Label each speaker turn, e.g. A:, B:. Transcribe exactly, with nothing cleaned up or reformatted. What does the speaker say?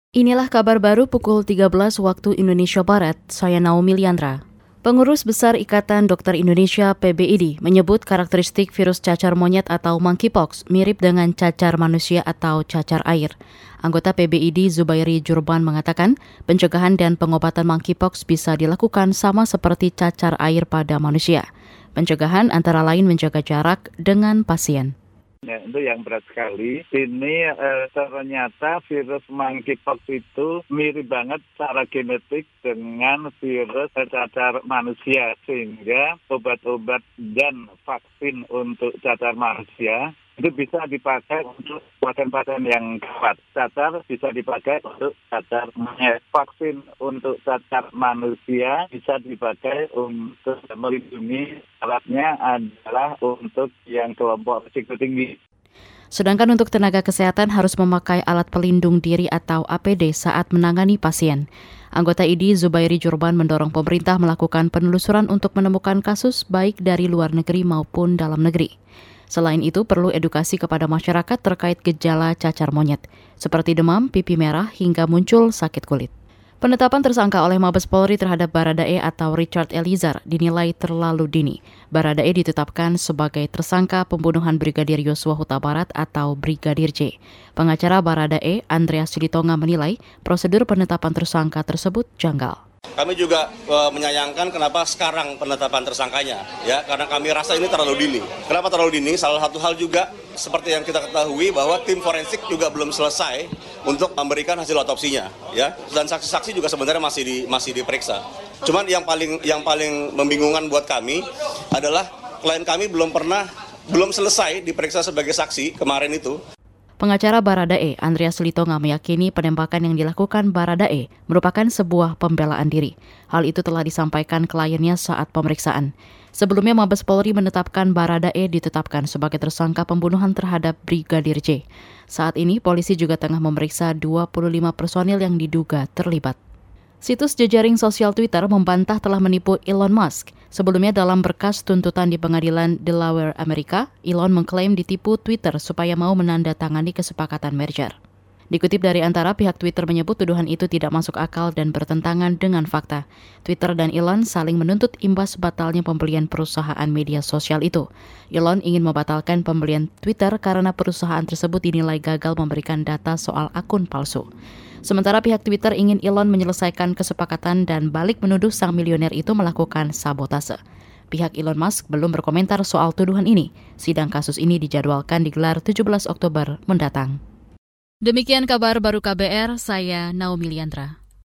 A: Inilah kabar baru pukul tiga belas waktu Indonesia Barat, saya Naomi Liandra. Pengurus Besar Ikatan Dokter Indonesia P B I D menyebut karakteristik virus cacar monyet atau monkeypox mirip dengan cacar manusia atau cacar air. Anggota P B I D Zubairi Jurban mengatakan pencegahan dan pengobatan monkeypox bisa dilakukan sama seperti cacar air pada manusia. Pencegahan antara lain menjaga jarak dengan pasien.
B: Ya, itu yang berat sekali. Ini eh, ternyata virus monkeypox itu mirip banget secara genetik dengan virus cacar manusia. Sehingga obat-obat dan vaksin untuk cacar manusia itu bisa dipakai untuk pasien-pasien yang kuat. Cacar bisa dipakai untuk cacar monyet. Vaksin untuk cacar manusia bisa dipakai untuk melindungi. Syaratnya adalah untuk yang kelompok risiko tinggi.
A: Sedangkan untuk tenaga kesehatan harus memakai alat pelindung diri atau A P D saat menangani pasien. Anggota I D I Zubairi Jurban mendorong pemerintah melakukan penelusuran untuk menemukan kasus baik dari luar negeri maupun dalam negeri. Selain itu, perlu edukasi kepada masyarakat terkait gejala cacar monyet, seperti demam, pipi merah, hingga muncul sakit kulit. Penetapan tersangka oleh Mabes Polri terhadap Baradae atau Richard Eliezer dinilai terlalu dini. Baradae ditetapkan sebagai tersangka pembunuhan Brigadir Yosua Huta Barat atau Brigadir J. Pengacara Baradae, Andreas Silitonga menilai prosedur penetapan tersangka tersebut janggal.
C: Kami juga e, menyayangkan kenapa sekarang penetapan tersangkanya, ya, karena kami rasa ini terlalu dini. Kenapa terlalu dini? Salah satu hal juga seperti yang kita ketahui bahwa tim forensik juga belum selesai untuk memberikan hasil otopsinya, ya, dan saksi-saksi juga sebenarnya masih di, masih diperiksa. Cuman yang paling yang paling membingungkan buat kami adalah klien kami belum pernah belum selesai diperiksa sebagai saksi kemarin itu.
A: Pengacara Baradae, Andreas Silitonga, meyakini penembakan yang dilakukan Baradae merupakan sebuah pembelaan diri. Hal itu telah disampaikan kliennya saat pemeriksaan. Sebelumnya Mabes Polri menetapkan Baradae ditetapkan sebagai tersangka pembunuhan terhadap Brigadir J. Saat ini polisi juga tengah memeriksa dua puluh lima personil yang diduga terlibat. Situs jejaring sosial Twitter membantah telah menipu Elon Musk. Sebelumnya dalam berkas tuntutan di pengadilan Delaware, Amerika, Elon mengklaim ditipu Twitter supaya mau menandatangani kesepakatan merger. Dikutip dari Antara, pihak Twitter menyebut tuduhan itu tidak masuk akal dan bertentangan dengan fakta. Twitter dan Elon saling menuntut imbas batalnya pembelian perusahaan media sosial itu. Elon ingin membatalkan pembelian Twitter karena perusahaan tersebut dinilai gagal memberikan data soal akun palsu. Sementara pihak Twitter ingin Elon menyelesaikan kesepakatan dan balik menuduh sang milioner itu melakukan sabotase. Pihak Elon Musk belum berkomentar soal tuduhan ini. Sidang kasus ini dijadwalkan digelar tujuh belas Oktober mendatang. Demikian kabar baru K B R, saya Naomi Liandra.